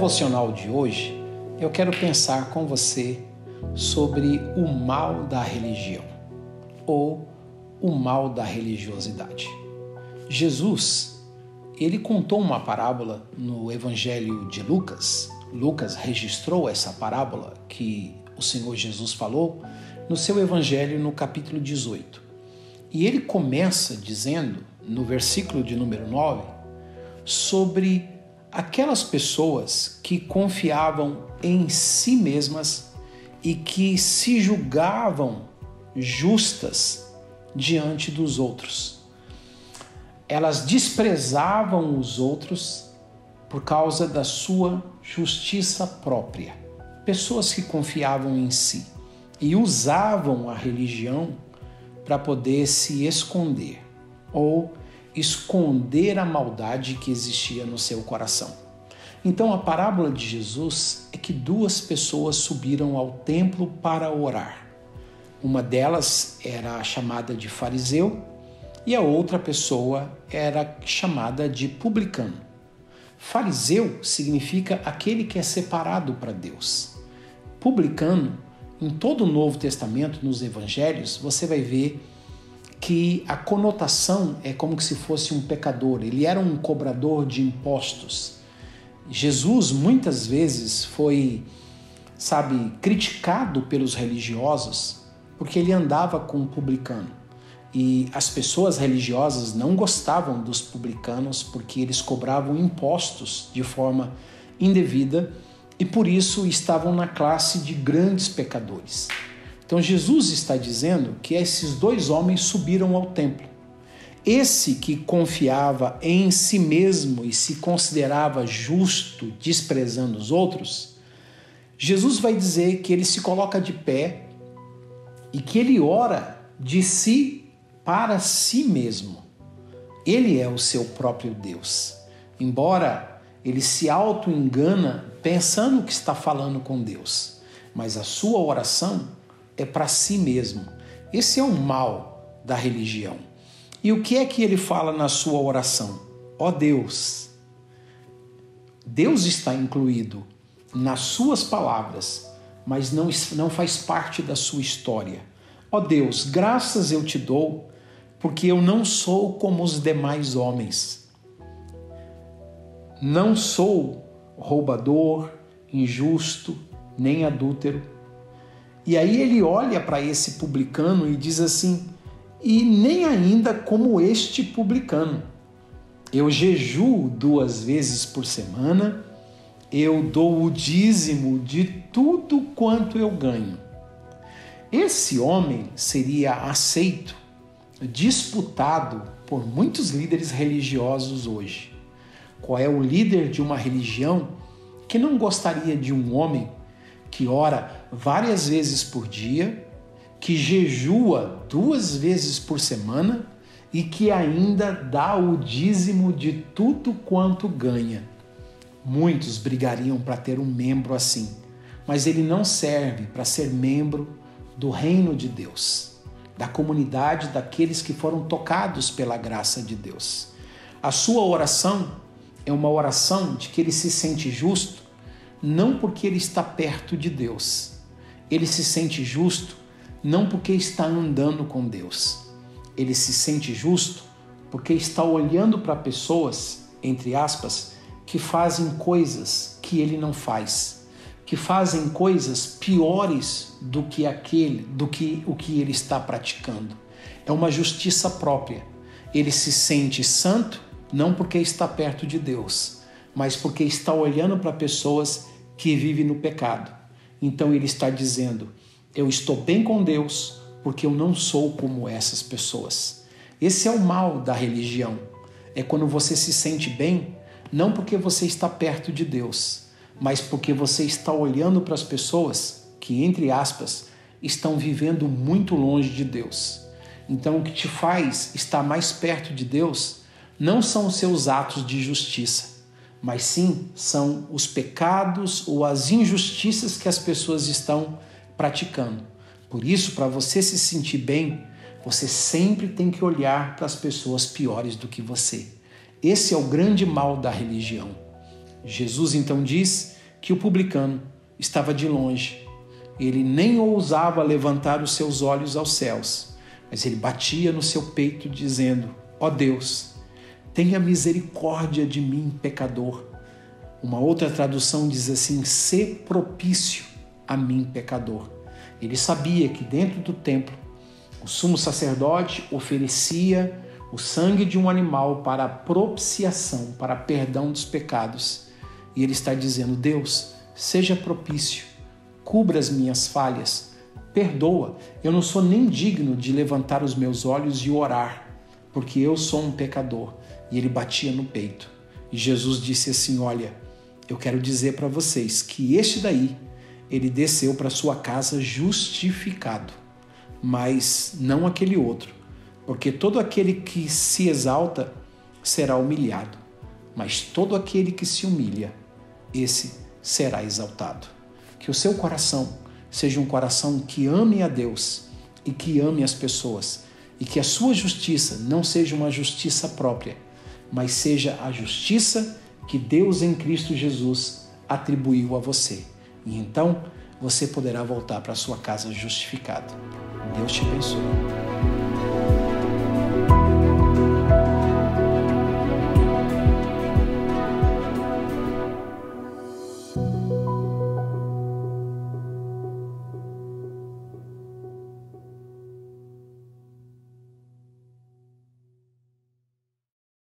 devocional de hoje, eu quero pensar com você sobre o mal da religião ou o mal da religiosidade. Jesus, ele contou uma parábola no Evangelho de Lucas. Lucas registrou essa parábola que o Senhor Jesus falou no seu Evangelho no capítulo 18. E ele começa dizendo, no versículo de número 9, sobre aquelas pessoas que confiavam em si mesmas e que se julgavam justas diante dos outros. Elas desprezavam os outros por causa da sua justiça própria. Pessoas que confiavam em si e usavam a religião para poder se esconder ou esconder a maldade que existia no seu coração. Então a parábola de Jesus é que duas pessoas subiram ao templo para orar. Uma delas era chamada de fariseu e a outra pessoa era chamada de publicano. Fariseu significa aquele que é separado para Deus. Publicano, em todo o Novo Testamento, nos Evangelhos, você vai ver que a conotação é como se fosse um pecador. Ele era um cobrador de impostos. Jesus muitas vezes foi, criticado pelos religiosos porque ele andava com um publicano. E as pessoas religiosas não gostavam dos publicanos porque eles cobravam impostos de forma indevida e por isso estavam na classe de grandes pecadores. Então Jesus está dizendo que esses dois homens subiram ao templo. Esse que confiava em si mesmo e se considerava justo, desprezando os outros, Jesus vai dizer que ele se coloca de pé e que ele ora de si para si mesmo. Ele é o seu próprio Deus. Embora ele se auto-engana pensando que está falando com Deus, mas a sua oração é para si mesmo. Esse é o mal da religião. E o que é que ele fala na sua oração? Ó Deus. Deus está incluído nas suas palavras, mas não faz parte da sua história. Ó Deus, graças eu te dou, porque eu não sou como os demais homens. Não sou roubador, injusto, nem adúltero. E aí ele olha para esse publicano e diz assim, e nem ainda como este publicano. Eu jejuo 2 vezes por semana, eu dou o dízimo de tudo quanto eu ganho. Esse homem seria aceito, disputado por muitos líderes religiosos hoje. Qual é o líder de uma religião que não gostaria de um homem que ora várias vezes por dia, que jejua 2 vezes por semana e que ainda dá o dízimo de tudo quanto ganha? Muitos brigariam para ter um membro assim, mas ele não serve para ser membro do reino de Deus, da comunidade daqueles que foram tocados pela graça de Deus. A sua oração é uma oração de que ele se sente justo, não porque ele está perto de Deus. Ele se sente justo não porque está andando com Deus. Ele se sente justo porque está olhando para pessoas, entre aspas, que fazem coisas que ele não faz, que fazem coisas piores do que o que ele está praticando. É uma justiça própria. Ele se sente santo não porque está perto de Deus, mas porque está olhando para pessoas que vivem no pecado. Então ele está dizendo, eu estou bem com Deus porque eu não sou como essas pessoas. Esse é o mal da religião. É quando você se sente bem, não porque você está perto de Deus, mas porque você está olhando para as pessoas que, entre aspas, estão vivendo muito longe de Deus. Então o que te faz estar mais perto de Deus não são os seus atos de justiça, mas sim são os pecados ou as injustiças que as pessoas estão praticando. Por isso, para você se sentir bem, você sempre tem que olhar para as pessoas piores do que você. Esse é o grande mal da religião. Jesus então diz que o publicano estava de longe. Ele nem ousava levantar os seus olhos aos céus, mas ele batia no seu peito dizendo: ó Deus, tenha misericórdia de mim, pecador. Uma outra tradução diz assim: sê propício a mim, pecador. Ele sabia que dentro do templo o sumo sacerdote oferecia o sangue de um animal para a propiciação, para perdão dos pecados. E ele está dizendo: Deus, seja propício, cubra as minhas falhas, perdoa. Eu não sou nem digno de levantar os meus olhos e orar, porque eu sou um pecador. E ele batia no peito. E Jesus disse assim: olha, eu quero dizer para vocês que este daí, ele desceu para sua casa justificado, mas não aquele outro, porque todo aquele que se exalta será humilhado, mas todo aquele que se humilha, esse será exaltado. Que o seu coração seja um coração que ame a Deus e que ame as pessoas, e que a sua justiça não seja uma justiça própria, mas seja a justiça que Deus em Cristo Jesus atribuiu a você. E então você poderá voltar para a sua casa justificado. Deus te abençoe.